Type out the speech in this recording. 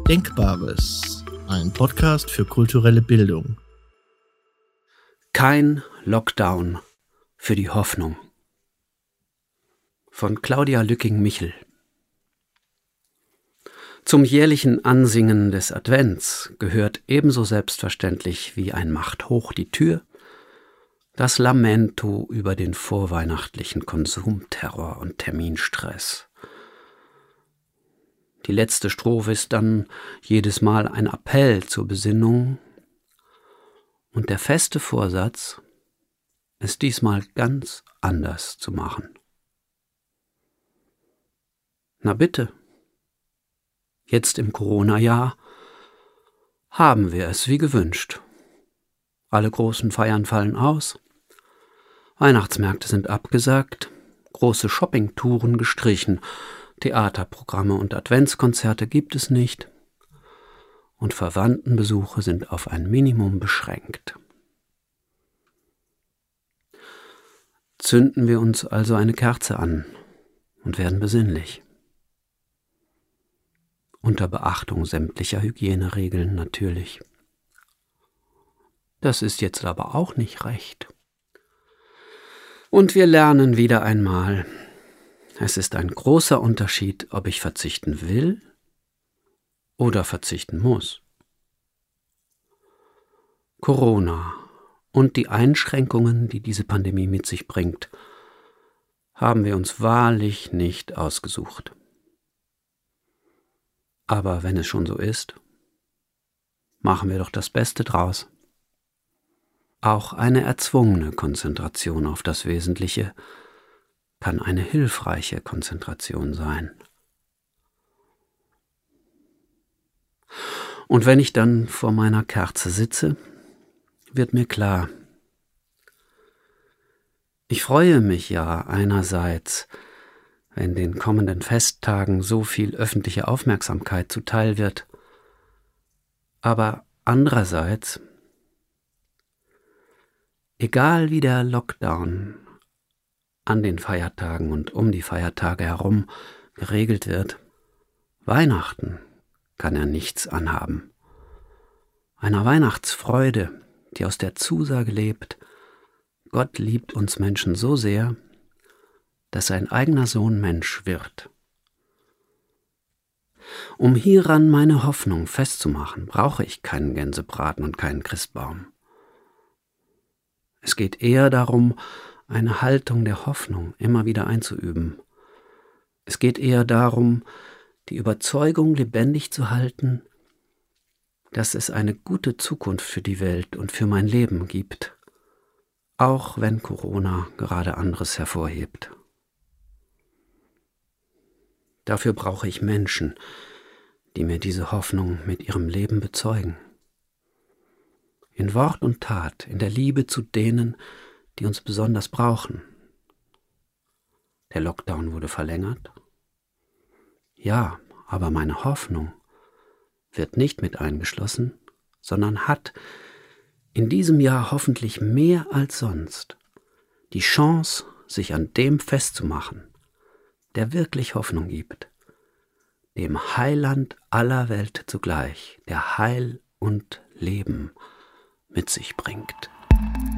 Denkbares, ein Podcast für kulturelle Bildung. Kein Lockdown für die Hoffnung. Von Claudia Lücking-Michel. Zum jährlichen Ansingen des Advents gehört ebenso selbstverständlich wie ein Macht hoch die Tür das Lamento über den vorweihnachtlichen Konsumterror und Terminstress. Die letzte Strophe ist dann jedes Mal ein Appell zur Besinnung und der feste Vorsatz, es diesmal ganz anders zu machen. Na bitte, jetzt im Corona-Jahr haben wir es wie gewünscht. Alle großen Feiern fallen aus, Weihnachtsmärkte sind abgesagt, große Shoppingtouren gestrichen, Theaterprogramme und Adventskonzerte gibt es nicht und Verwandtenbesuche sind auf ein Minimum beschränkt. Zünden wir uns also eine Kerze an und werden besinnlich. Unter Beachtung sämtlicher Hygieneregeln natürlich. Das ist jetzt aber auch nicht recht. Und wir lernen wieder einmal, es ist ein großer Unterschied, ob ich verzichten will oder verzichten muss. Corona und die Einschränkungen, die diese Pandemie mit sich bringt, haben wir uns wahrlich nicht ausgesucht. Aber wenn es schon so ist, machen wir doch das Beste draus. Auch eine erzwungene Konzentration auf das Wesentliche kann eine hilfreiche Konzentration sein. Und wenn ich dann vor meiner Kerze sitze, wird mir klar, ich freue mich ja einerseits, wenn den kommenden Festtagen so viel öffentliche Aufmerksamkeit zuteil wird, aber andererseits, egal wie der Lockdown an den Feiertagen und um die Feiertage herum geregelt wird, Weihnachten kann er nichts anhaben. Einer Weihnachtsfreude, die aus der Zusage lebt, Gott liebt uns Menschen so sehr, dass sein eigener Sohn Mensch wird. Um hieran meine Hoffnung festzumachen, brauche ich keinen Gänsebraten und keinen Christbaum. Es geht eher darum, eine Haltung der Hoffnung immer wieder einzuüben. Es geht eher darum, die Überzeugung lebendig zu halten, dass es eine gute Zukunft für die Welt und für mein Leben gibt, auch wenn Corona gerade anderes hervorhebt. Dafür brauche ich Menschen, die mir diese Hoffnung mit ihrem Leben bezeugen. In Wort und Tat, in der Liebe zu denen, die uns besonders brauchen. Der Lockdown wurde verlängert. Ja, aber meine Hoffnung wird nicht mit eingeschlossen, sondern hat in diesem Jahr hoffentlich mehr als sonst die Chance, sich an dem festzumachen, der wirklich Hoffnung gibt, dem Heiland aller Welt zugleich, der Heil und Leben mit sich bringt.